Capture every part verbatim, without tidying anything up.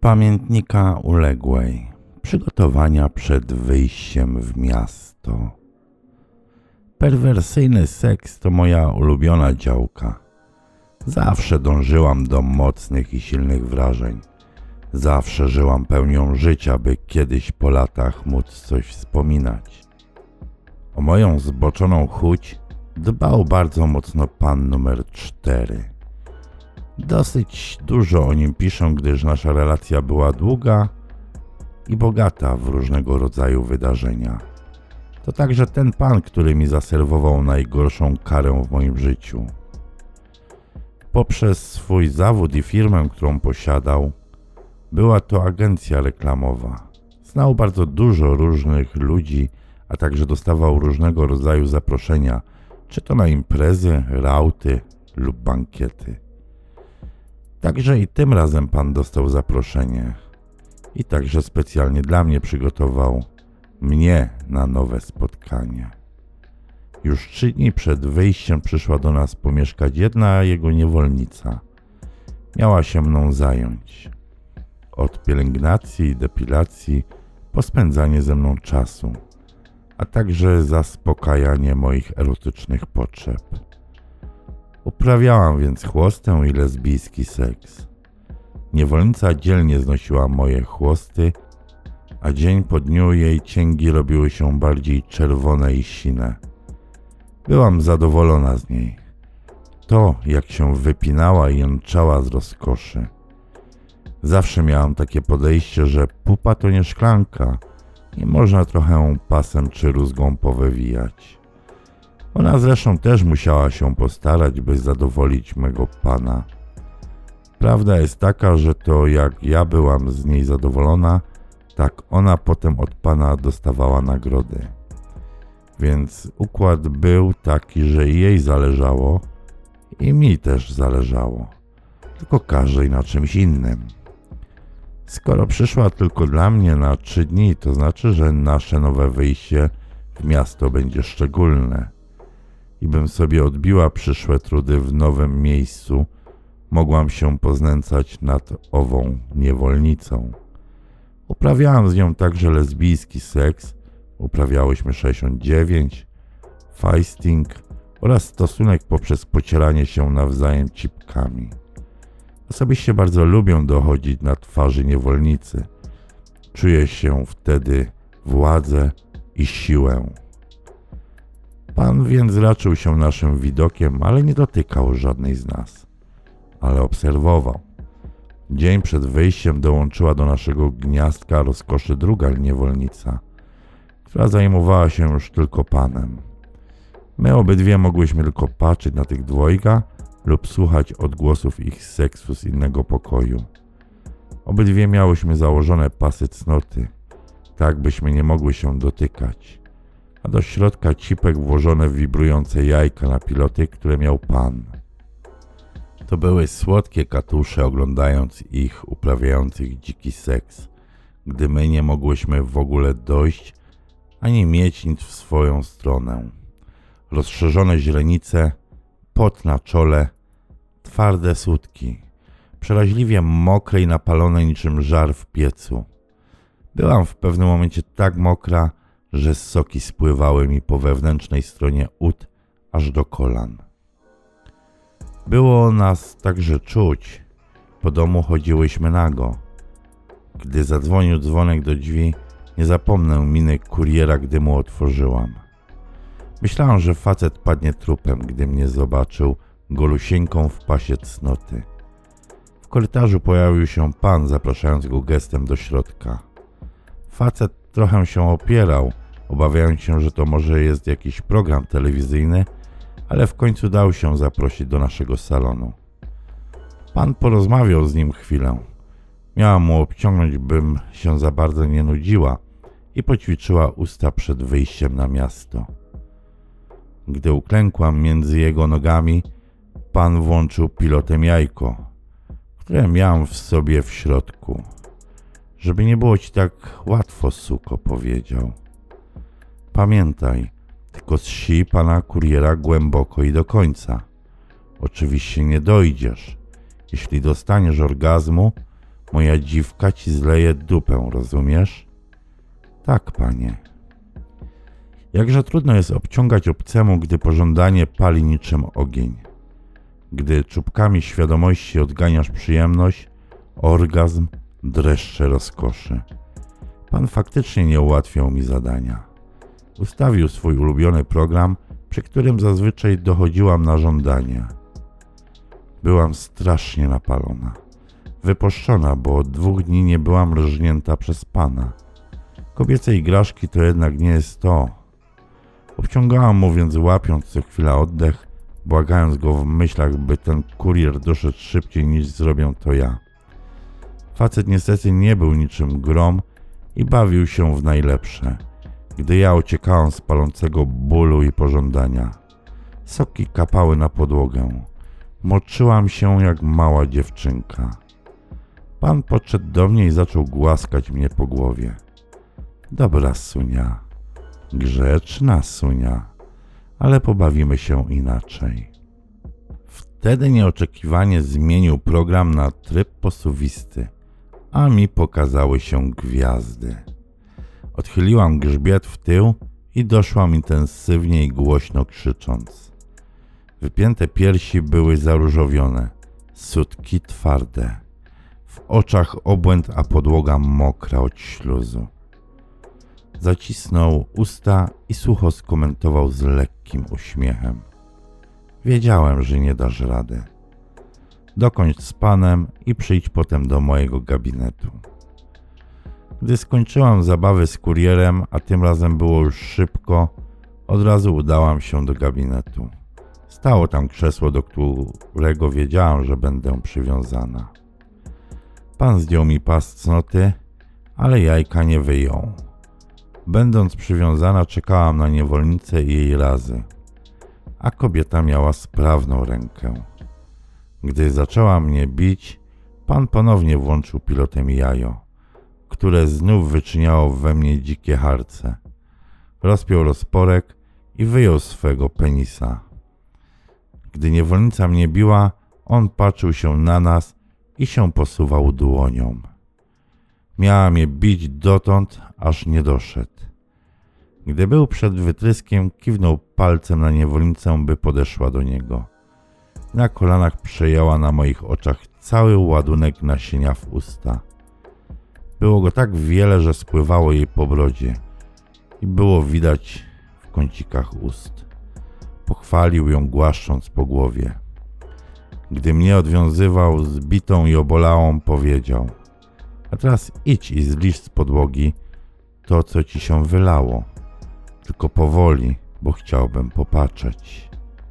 Pamiętnika uległej. Przygotowania przed wyjściem w miasto. Perwersyjny seks to moja ulubiona działka. Zawsze dążyłam do mocnych i silnych wrażeń. Zawsze żyłam pełnią życia, by kiedyś po latach móc coś wspominać. O moją zboczoną chuć dbał bardzo mocno pan numer cztery. Dosyć dużo o nim piszę, gdyż nasza relacja była długa i bogata w różnego rodzaju wydarzenia. To także ten pan, który mi zaserwował najgorszą karę w moim życiu. Poprzez swój zawód i firmę, którą posiadał, była to agencja reklamowa. Znał bardzo dużo różnych ludzi, a także dostawał różnego rodzaju zaproszenia, czy to na imprezy, rauty lub bankiety. Także i tym razem pan dostał zaproszenie i także specjalnie dla mnie przygotował mnie na nowe spotkanie. Już trzy dni przed wyjściem przyszła do nas pomieszkać jedna jego niewolnica. Miała się mną zająć. Od pielęgnacji i depilacji po spędzanie ze mną czasu, a także zaspokajanie moich erotycznych potrzeb. Uprawiałam więc chłostę i lesbijski seks. Niewolnica dzielnie znosiła moje chłosty, a dzień po dniu jej cięgi robiły się bardziej czerwone i sine. Byłam zadowolona z niej. To, jak się wypinała i jęczała z rozkoszy. Zawsze miałam takie podejście, że pupa to nie szklanka i można trochę pasem czy rózgą powywijać. Ona zresztą też musiała się postarać, by zadowolić mego pana. Prawda jest taka, że to jak ja byłam z niej zadowolona, tak ona potem od pana dostawała nagrody. Więc układ był taki, że jej zależało i mi też zależało. Tylko każdej na czymś innym. Skoro przyszła tylko dla mnie na trzy dni, to znaczy, że nasze nowe wyjście w miasto będzie szczególne. I bym sobie odbiła przyszłe trudy w nowym miejscu, mogłam się poznęcać nad ową niewolnicą. Uprawiałam z nią także lesbijski seks, uprawiałyśmy sześćdziesiąt dziewięć, fisting oraz stosunek poprzez pocieranie się nawzajem cipkami. Osobiście bardzo lubię dochodzić na twarzy niewolnicy. Czuję się wtedy władzę i siłę. Pan więc raczył się naszym widokiem, ale nie dotykał żadnej z nas, ale obserwował. Dzień przed wyjściem dołączyła do naszego gniazdka rozkoszy druga niewolnica, która zajmowała się już tylko panem. My obydwie mogłyśmy tylko patrzeć na tych dwojga lub słuchać odgłosów ich seksu z innego pokoju. Obydwie miałyśmy założone pasy cnoty, tak byśmy nie mogły się dotykać, a do środka cipek włożone wibrujące jajka na piloty, które miał pan. To były słodkie katusze, oglądając ich uprawiających dziki seks, gdy my nie mogłyśmy w ogóle dojść ani mieć nic w swoją stronę. Rozszerzone źrenice, pot na czole, twarde sutki, przeraźliwie mokre i napalone niczym żar w piecu. Byłam w pewnym momencie tak mokra, że soki spływały mi po wewnętrznej stronie ud aż do kolan. Było nas także czuć. Po domu chodziłyśmy nago. Gdy zadzwonił dzwonek do drzwi, nie zapomnę miny kuriera, gdy mu otworzyłam. Myślałam, że facet padnie trupem, gdy mnie zobaczył golusieńką w pasie cnoty. W korytarzu pojawił się pan, zapraszając go gestem do środka. Facet trochę się opierał, obawiając się, że to może jest jakiś program telewizyjny, ale w końcu dał się zaprosić do naszego salonu. Pan porozmawiał z nim chwilę. Miałam mu obciągnąć, bym się za bardzo nie nudziła i poćwiczyła usta przed wyjściem na miasto. Gdy uklękłam między jego nogami, pan włączył pilotem jajko, które miałam w sobie w środku. Żeby nie było ci tak łatwo, suko, powiedział. Pamiętaj, tylko zsij pana kuriera głęboko i do końca. Oczywiście nie dojdziesz. Jeśli dostaniesz orgazmu, Moja dziwka ci zleje dupę, rozumiesz? Tak, panie. Jakże trudno jest obciągać obcemu, gdy pożądanie pali niczym ogień. Gdy czubkami świadomości odganiasz przyjemność, orgazm, dreszcze rozkoszy. Pan faktycznie nie ułatwiał mi zadania. Ustawił swój ulubiony program, przy którym zazwyczaj dochodziłam na żądanie. Byłam strasznie napalona. Wypuszczona, bo od dwóch dni nie byłam rżnięta przez pana. Kobiece igraszki to jednak nie jest to. Obciągałam mu, więc łapiąc co chwila oddech, błagając go w myślach, by ten kurier doszedł szybciej niż zrobię to ja. Facet niestety nie był niczym grom i bawił się w najlepsze, gdy ja uciekałam z palącego bólu i pożądania. Soki kapały na podłogę. Moczyłam się jak mała dziewczynka. Pan podszedł do mnie i zaczął głaskać mnie po głowie. Dobra Sunia, grzeczna Sunia, ale pobawimy się inaczej. Wtedy nieoczekiwanie zmienił program na tryb posuwisty, a mi pokazały się gwiazdy. Odchyliłam grzbiet w tył i doszłam intensywnie i głośno krzycząc. Wypięte piersi były zaróżowione, sutki twarde. W oczach obłęd, a podłoga mokra od śluzu. Zacisnął usta i sucho skomentował z lekkim uśmiechem. Wiedziałem, że nie dasz rady. Dokończ z panem i przyjdź potem do mojego gabinetu. Gdy skończyłam zabawy z kurierem, a tym razem było już szybko, od razu udałam się do gabinetu. Stało tam krzesło, do którego wiedziałam, że będę przywiązana. Pan zdjął mi pas cnoty, ale jajka nie wyjął. Będąc przywiązana, czekałam na niewolnicę i jej razy, a kobieta miała sprawną rękę. Gdy zaczęła mnie bić, pan ponownie włączył pilotem jajo, które znów wyczyniało we mnie dzikie harce. Rozpiął rozporek i wyjął swego penisa. Gdy niewolnica mnie biła, on patrzył się na nas i się posuwał dłonią. Miała mnie bić dotąd, aż nie doszedł. Gdy był przed wytryskiem, kiwnął palcem na niewolnicę, by podeszła do niego. Na kolanach przejęła na moich oczach cały ładunek nasienia w usta. Było go tak wiele, że spływało jej po brodzie i było widać w kącikach ust. Pochwalił ją, głaszcząc po głowie. Gdy mnie odwiązywał zbitą i obolałą, powiedział: a teraz idź i zlicz z podłogi to, co ci się wylało. Tylko powoli, bo chciałbym popatrzeć.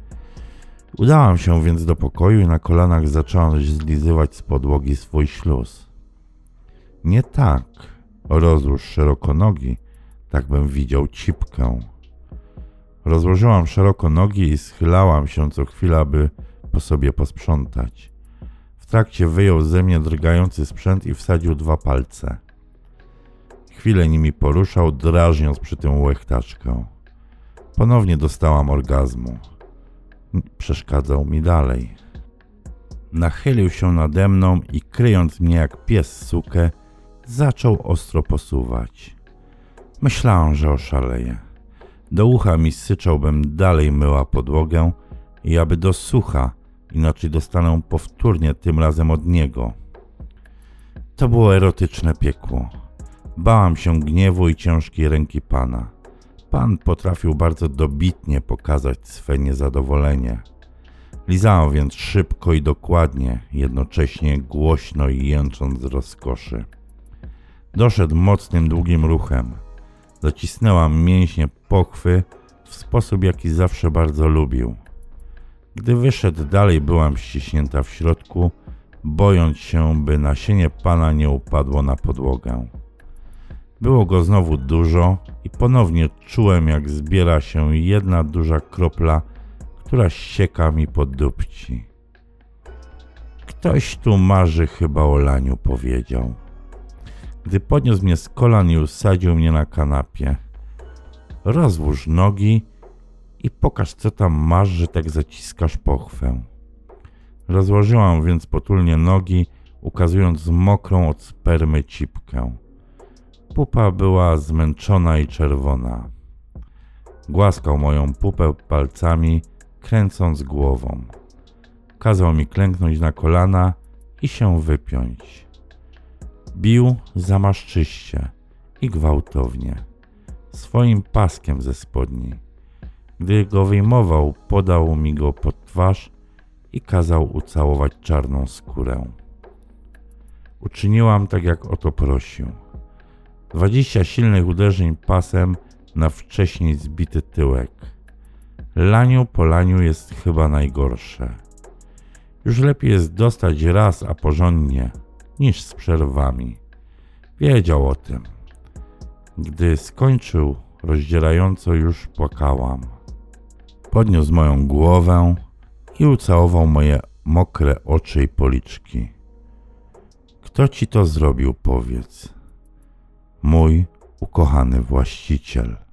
Udałam się więc do pokoju i na kolanach zaczęłam zlizywać z podłogi swój śluz. Nie tak, rozłóż szeroko nogi, tak bym widział cipkę. Rozłożyłam szeroko nogi i schylałam się co chwila, by po sobie posprzątać. W trakcie wyjął ze mnie drgający sprzęt i wsadził dwa palce. Chwilę nimi poruszał, drażniąc przy tym łechtaczkę. Ponownie dostałam orgazmu. Przeszkadzał mi dalej. Nachylił się nade mną i kryjąc mnie jak pies sukę, zaczął ostro posuwać. Myślałam, że oszaleję. Do ucha mi syczał, bym dalej myła podłogę i aby do sucha, inaczej dostanę powtórnie, tym razem od niego. To było erotyczne piekło. Bałam się gniewu i ciężkiej ręki pana. Pan potrafił bardzo dobitnie pokazać swe niezadowolenie. Lizałam więc szybko i dokładnie, jednocześnie głośno i jęcząc z rozkoszy. Doszedł mocnym, długim ruchem. Zacisnęłam mięśnie pochwy w sposób, jaki zawsze bardzo lubił. Gdy wyszedł dalej, byłam ściśnięta w środku, bojąc się, by nasienie pana nie upadło na podłogę. Było go znowu dużo i ponownie czułem, jak zbiera się jedna duża kropla, która ścieka mi po dupci. Ktoś tu marzy chyba o laniu, powiedział. Gdy podniósł mnie z kolan i usadził mnie na kanapie. Rozłóż nogi i pokaż, co tam masz, że tak zaciskasz pochwę. Rozłożyłam więc potulnie nogi, ukazując mokrą od spermy cipkę. Pupa była zmęczona i czerwona. Głaskał moją pupę palcami, kręcąc głową. Kazał mi klęknąć na kolana i się wypiąć. Bił zamaszczyście i gwałtownie, swoim paskiem ze spodni. Gdy go wyjmował, podał mi go pod twarz i kazał ucałować czarną skórę. Uczyniłam tak, jak o to prosił. Dwadzieścia silnych uderzeń pasem na wcześniej zbity tyłek. Laniu po laniu jest chyba najgorsze. Już lepiej jest dostać raz, a porządnie, niż z przerwami. Wiedział o tym. Gdy skończył, rozdzierająco już płakałam. Podniósł moją głowę i ucałował moje mokre oczy i policzki. Kto ci to zrobił, powiedz? Mój ukochany właściciel.